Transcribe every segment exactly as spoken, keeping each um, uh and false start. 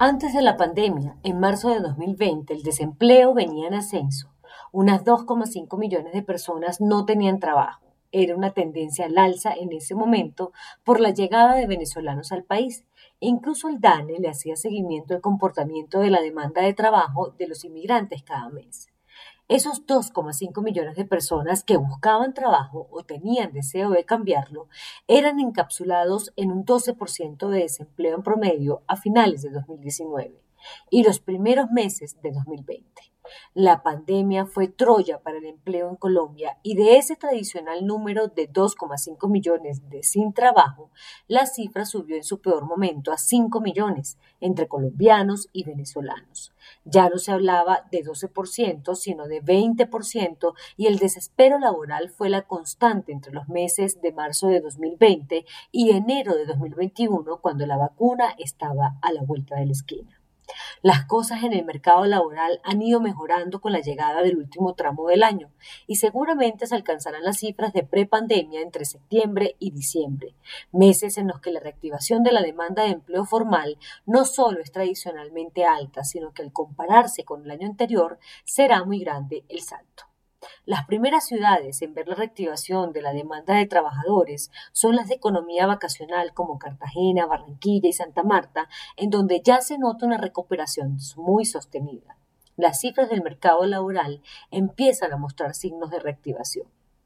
Antes de la pandemia, en marzo de dos mil veinte, el desempleo venía en ascenso. Unas dos coma cinco millones de personas no tenían trabajo. Era una tendencia al alza en ese momento por la llegada de venezolanos al país. E incluso el DANE le hacía seguimiento al comportamiento de la demanda de trabajo de los inmigrantes cada mes. Esos dos coma cinco millones de personas que buscaban trabajo o tenían deseo de cambiarlo eran encapsulados en un doce por ciento de desempleo en promedio a finales de dos mil diecinueve y los primeros meses de dos mil veinte. La pandemia fue Troya para el empleo en Colombia y de ese tradicional número de dos coma cinco millones de sin trabajo, la cifra subió en su peor momento a cinco millones entre colombianos y venezolanos. Ya no se hablaba de doce por ciento, sino de veinte por ciento, y el desespero laboral fue la constante entre los meses de marzo de dos mil veinte y enero de dos mil veintiuno, cuando la vacuna estaba a la vuelta de la esquina. Las cosas en el mercado laboral han ido mejorando con la llegada del último tramo del año y seguramente se alcanzarán las cifras de prepandemia entre septiembre y diciembre, meses en los que la reactivación de la demanda de empleo formal no solo es tradicionalmente alta, sino que al compararse con el año anterior será muy grande el salto. Las primeras ciudades en ver la reactivación de la demanda de trabajadores son las de economía vacacional como Cartagena, Barranquilla y Santa Marta, en donde ya se nota una recuperación muy sostenida. Las cifras del mercado laboral empiezan a mostrar signos de reactivación.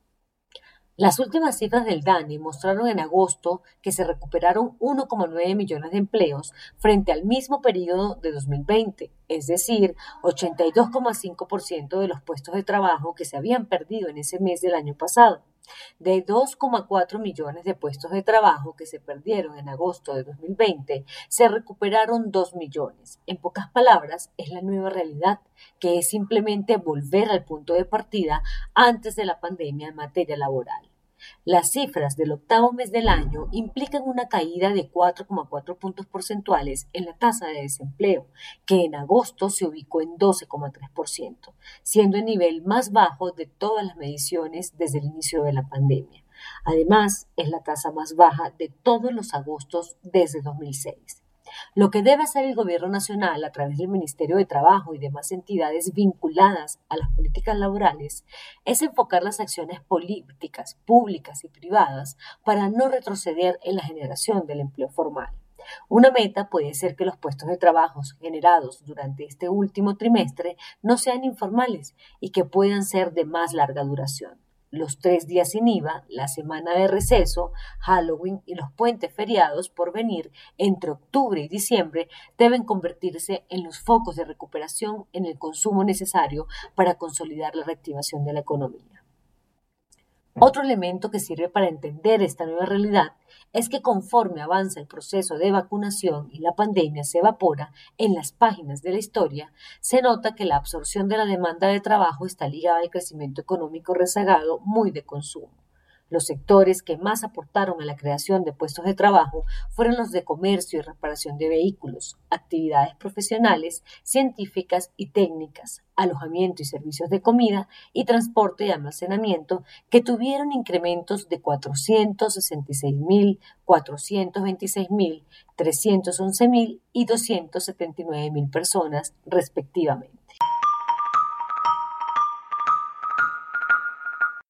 Las últimas cifras del DANE mostraron en agosto que se recuperaron uno coma nueve millones de empleos frente al mismo periodo de dos mil veinte, es decir, ochenta y dos coma cinco por ciento de los puestos de trabajo que se habían perdido en ese mes del año pasado. De dos coma cuatro millones de puestos de trabajo que se perdieron en agosto de dos mil veinte, se recuperaron dos millones. En pocas palabras, es la nueva realidad, que es simplemente volver al punto de partida antes de la pandemia en materia laboral. Las cifras del octavo mes del año implican una caída de cuatro coma cuatro puntos porcentuales en la tasa de desempleo, que en agosto se ubicó en doce coma tres por ciento, siendo el nivel más bajo de todas las mediciones desde el inicio de la pandemia. Además, es la tasa más baja de todos los agostos desde dos mil seis. Lo que debe hacer el Gobierno Nacional a través del Ministerio de Trabajo y demás entidades vinculadas a las políticas laborales es enfocar las acciones políticas, públicas y privadas para no retroceder en la generación del empleo formal. Una meta puede ser que los puestos de trabajo generados durante este último trimestre no sean informales y que puedan ser de más larga duración. Los tres días sin I V A, la semana de receso, Halloween y los puentes feriados por venir entre octubre y diciembre deben convertirse en los focos de recuperación en el consumo necesario para consolidar la reactivación de la economía. Otro elemento que sirve para entender esta nueva realidad es que conforme avanza el proceso de vacunación y la pandemia se evapora en las páginas de la historia, se nota que la absorción de la demanda de trabajo está ligada al crecimiento económico rezagado muy de consumo. Los sectores que más aportaron a la creación de puestos de trabajo fueron los de comercio y reparación de vehículos, actividades profesionales, científicas y técnicas, alojamiento y servicios de comida y transporte y almacenamiento, que tuvieron incrementos de cuatrocientos sesenta y seis mil, cuatrocientos veintiséis mil, trescientos once mil y doscientos setenta y nueve mil personas respectivamente.